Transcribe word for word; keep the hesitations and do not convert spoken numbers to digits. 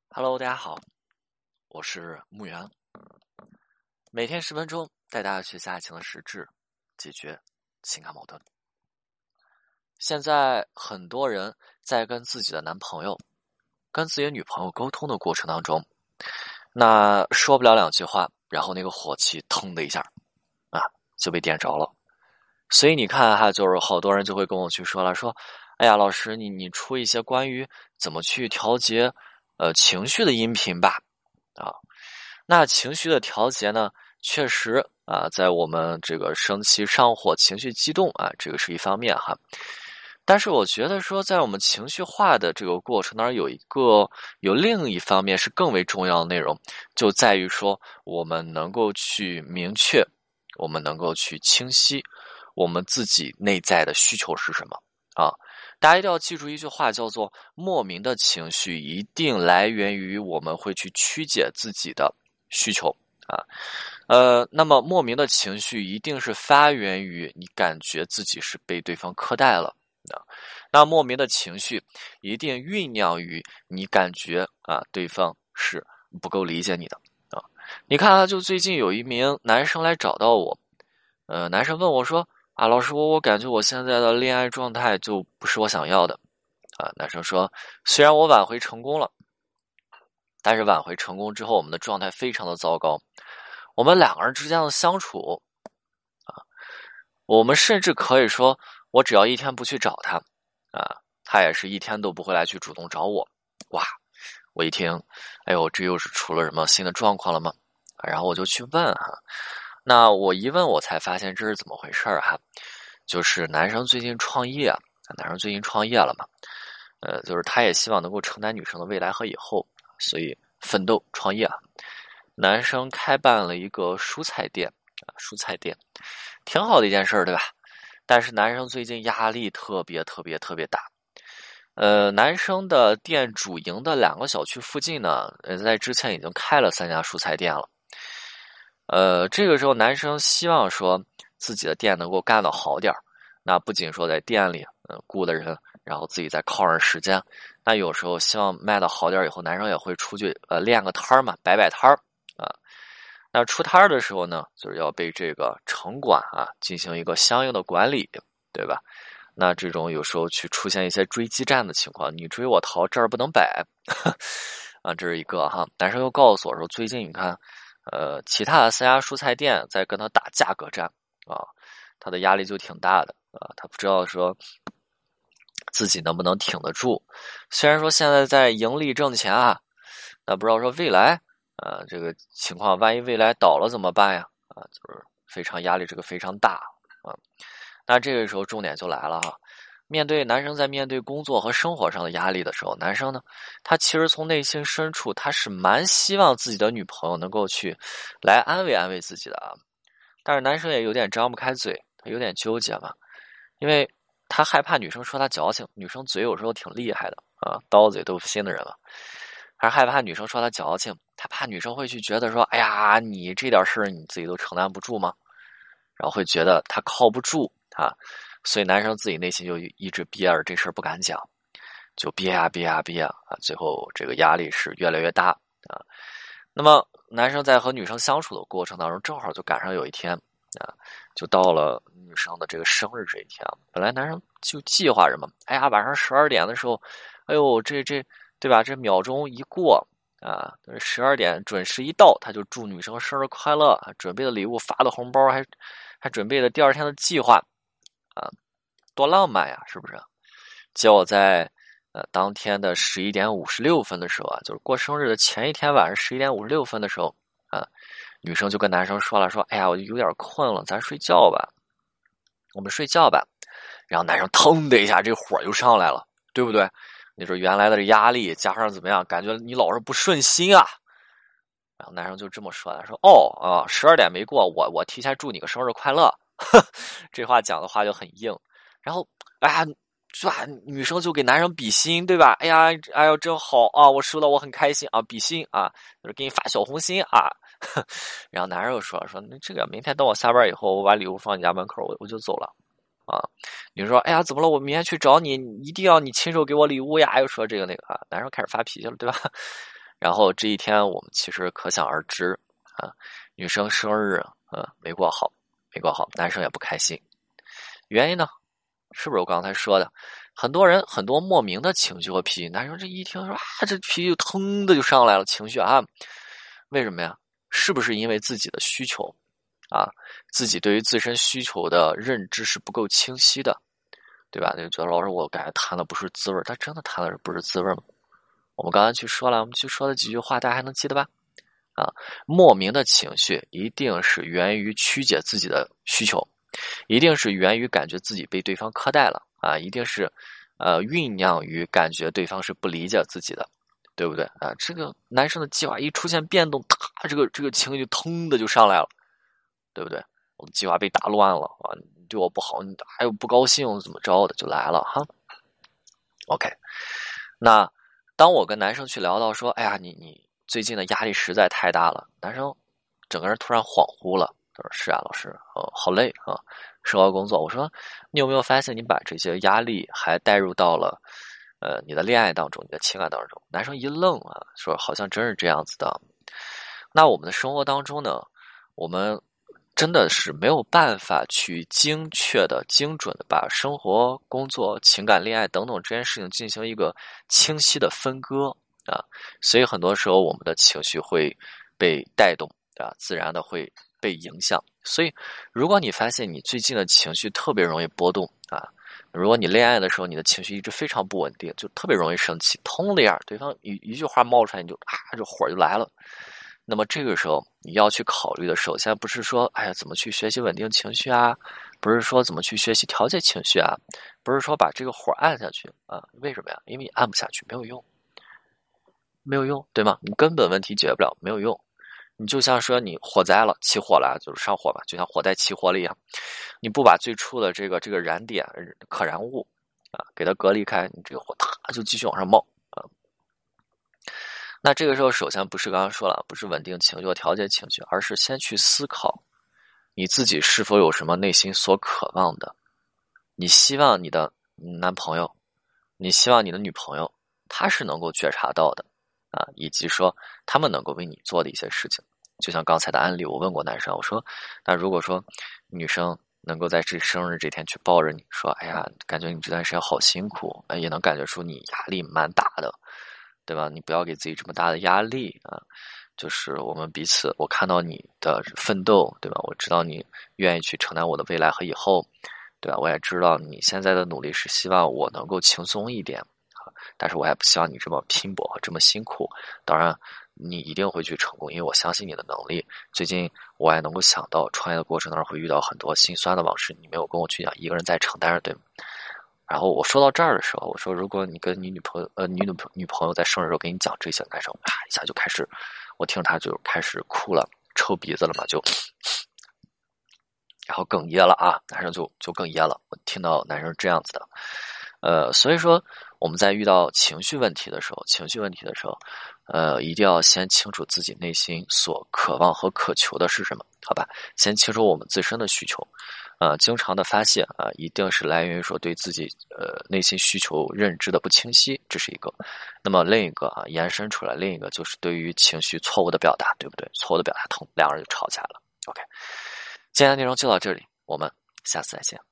Hello，大家好，我是木源，每天十分钟带大家学习爱情的实质，解决情感矛盾。现在很多人在跟自己的男朋友、跟自己的女朋友沟通的过程当中，那说不了两句话，然后那个火气腾的一下啊就被点着了。所以你看哈，就是好多人就会跟我去说了，说，哎呀，老师，你你出一些关于怎么去调节呃情绪的音频吧，啊。那情绪的调节呢，确实啊，在我们这个生气上火、情绪激动啊，这个是一方面哈。但是我觉得说，在我们情绪化的这个过程当中，有一个有另一方面是更为重要的内容，就在于说，我们能够去明确，我们能够去清晰，我们自己内在的需求是什么啊。大家一定要记住一句话，叫做莫名的情绪一定来源于我们会去曲解自己的需求啊，呃，那么莫名的情绪一定是发源于你感觉自己是被对方苛待了啊，那莫名的情绪一定酝酿于你感觉啊对方是不够理解你的啊。你看啊，就最近有一名男生来找到我，呃，男生问我说啊，老师，我我感觉我现在的恋爱状态就不是我想要的啊。男生说，虽然我挽回成功了。但是挽回成功之后，我们的状态非常的糟糕。我们两个人之间的相处啊，我们甚至可以说，我只要一天不去找他啊，他也是一天都不会来去主动找我。哇，我一听，哎呦，这又是出了什么新的状况了吗？然后我就去问哈，那我一问，我才发现这是怎么回事哈，就是男生最近创业啊，男生最近创业了嘛，呃，就是他也希望能够承担女生的未来和以后，所以奋斗创业啊。男生开办了一个蔬菜店啊，蔬菜店，挺好的一件事儿，对吧？但是男生最近压力特别特别特别大。呃，男生的店主营的两个小区附近呢，呃，在之前已经开了三家蔬菜店了。呃，这个时候男生希望说自己的店能够干得好点儿，那不仅说在店里，呃，雇的人，然后自己再靠上时间，那有时候希望卖的好点儿以后，男生也会出去呃练个摊儿嘛，摆摆摊儿啊。那出摊儿的时候呢，就是要被这个城管啊进行一个相应的管理，对吧？那这种有时候去出现一些追击战的情况，你追我逃，这儿不能摆啊，这是一个哈。男生又告诉我说，最近你看，呃，其他的三家蔬菜店在跟他打价格战啊，他的压力就挺大的啊，他不知道说自己能不能挺得住。虽然说现在在盈利挣钱啊，那不知道说未来啊这个情况，万一未来倒了怎么办呀？啊，就是非常压力，这个非常大啊。那这个时候重点就来了哈，面对男生在面对工作和生活上的压力的时候，男生呢，他其实从内心深处他是蛮希望自己的女朋友能够去来安慰安慰自己的啊，但是男生也有点张不开嘴，他有点纠结嘛，因为他害怕女生说他矫情，女生嘴有时候挺厉害的啊，刀嘴豆腐心的人了，还是害怕女生说他矫情，他怕女生会去觉得说，哎呀，你这点事儿你自己都承担不住吗？然后会觉得他靠不住啊，所以男生自己内心就一直憋着，这事儿不敢讲，就憋呀憋呀憋啊，最后这个压力是越来越大啊。那么男生在和女生相处的过程当中，正好就赶上有一天啊，就到了女生的这个生日这一天啊。本来男生就计划着嘛，哎呀，晚上十二点的时候，哎呦，这这对吧？这秒钟一过啊，十二点准时一到，他就祝女生生日快乐，准备的礼物、发的红包，还还准备了第二天的计划啊，多浪漫呀，是不是？结果在呃当天的十一点五十六分的时候啊，就是过生日的前一天晚上十一点五十六分的时候啊，女生就跟男生说了，说：“哎呀，我有点困了，咱睡觉吧，我们睡觉吧。”然后男生腾的一下，这火就上来了，对不对？你说原来的这压力加上怎么样，感觉你老是不顺心啊。然后男生就这么说的，说：“哦啊，十二点没过，我我提前祝你个生日快乐。”这话讲的话就很硬。然后，哎呀，是吧？女生就给男生比心，对吧？哎呀，哎呦，真好啊！我收到，我很开心啊！比心啊，就是给你发小红心啊。然后男生又说说，那这个明天等我下班以后，我把礼物放你家门口，我我就走了。啊，女生说，哎呀，怎么了？我明天去找你，你一定要你亲手给我礼物呀！又说这个那个啊，男生开始发脾气了，对吧？ 然后这一天我们其实可想而知啊，女生生日呃没过好，没过好，男生也不开心。原因呢，是不是我刚才说的？很多人很多莫名的情绪和脾气，男生这一听说啊，这脾气就腾的就上来了，情绪啊，为什么呀？是不是因为自己的需求啊，自己对于自身需求的认知是不够清晰的，对吧？就觉得老师我感觉谈的不是滋味，他真的谈的不是滋味吗？我们刚才去说了，我们去说了几句话，大家还能记得吧？啊，莫名的情绪一定是源于曲解自己的需求，一定是源于感觉自己被对方苛待了啊，一定是呃酝酿于感觉对方是不理解自己的，对不对啊？这个男生的计划一出现变动，他这个这个情绪腾的就上来了，对不对？我的计划被打乱了啊，你对我不好，你还有不高兴怎么着的就来了哈。OK，那当我跟男生去聊到说，哎呀，你你最近的压力实在太大了，男生整个人突然恍惚了，他说是啊，老师，呃，好累啊，生活工作。我说你有没有发现你把这些压力还带入到了呃你的恋爱当中，你的情感当中？男生一愣啊，说好像真是这样子的。那我们的生活当中呢，我们真的是没有办法去精确的、精准的把生活、工作、情感、恋爱等等这件事情进行一个清晰的分割啊，所以很多时候我们的情绪会被带动啊，自然的会被影响。所以，如果你发现你最近的情绪特别容易波动啊，如果你恋爱的时候你的情绪一直非常不稳定，就特别容易生气，通了眼对方一一句话冒出来，你就啊，这火就来了。那么这个时候你要去考虑的，首先不是说，哎呀，怎么去学习稳定情绪啊，不是说怎么去学习调节情绪啊，不是说把这个火按下去啊？为什么呀？因为你按不下去，没有用，没有用，对吗？你根本问题解决不了，没有用。你就像说你火灾了，起火了，就是上火吧，就像火灾起火了一样，你不把最初的这个这个燃点可燃物啊给它隔离开，你这个火它就继续往上冒啊。那这个时候，首先不是刚刚说了，不是稳定情绪和调节情绪，而是先去思考你自己是否有什么内心所渴望的。你希望你的男朋友，你希望你的女朋友，她是能够觉察到的啊，以及说他们能够为你做的一些事情。就像刚才的案例，我问过男生，我说，那如果说女生能够在这生日这天去抱着你说，哎呀，感觉你这段时间好辛苦，也能感觉出你压力蛮大的。对吧？你不要给自己这么大的压力啊！就是我们彼此，我看到你的奋斗，对吧？我知道你愿意去承担我的未来和以后，对吧？我也知道你现在的努力是希望我能够轻松一点啊，但是我也不希望你这么拼搏和这么辛苦。当然，你一定会去成功，因为我相信你的能力。最近我也能够想到，创业的过程当中会遇到很多心酸的往事，你没有跟我去讲，一个人在承担着，对吗？然后我说到这儿的时候，我说如果你跟你女朋友呃你女女朋友在生日时候给你讲这些，男生啊一下就开始，我听着他就开始哭了，抽鼻子了嘛，就然后哽咽了啊，男生就就哽咽了。我听到男生这样子的，呃，所以说我们在遇到情绪问题的时候，情绪问题的时候，呃，一定要先清楚自己内心所渴望和渴求的是什么，好吧？先清楚我们自身的需求。呃，经常的发泄啊，一定是来源于说对自己呃内心需求认知的不清晰，这是一个。那么另一个啊，延伸出来，另一个就是对于情绪错误的表达，对不对？错误的表达，痛，两个人就吵起来了。OK，今天的内容就到这里，我们下次再见。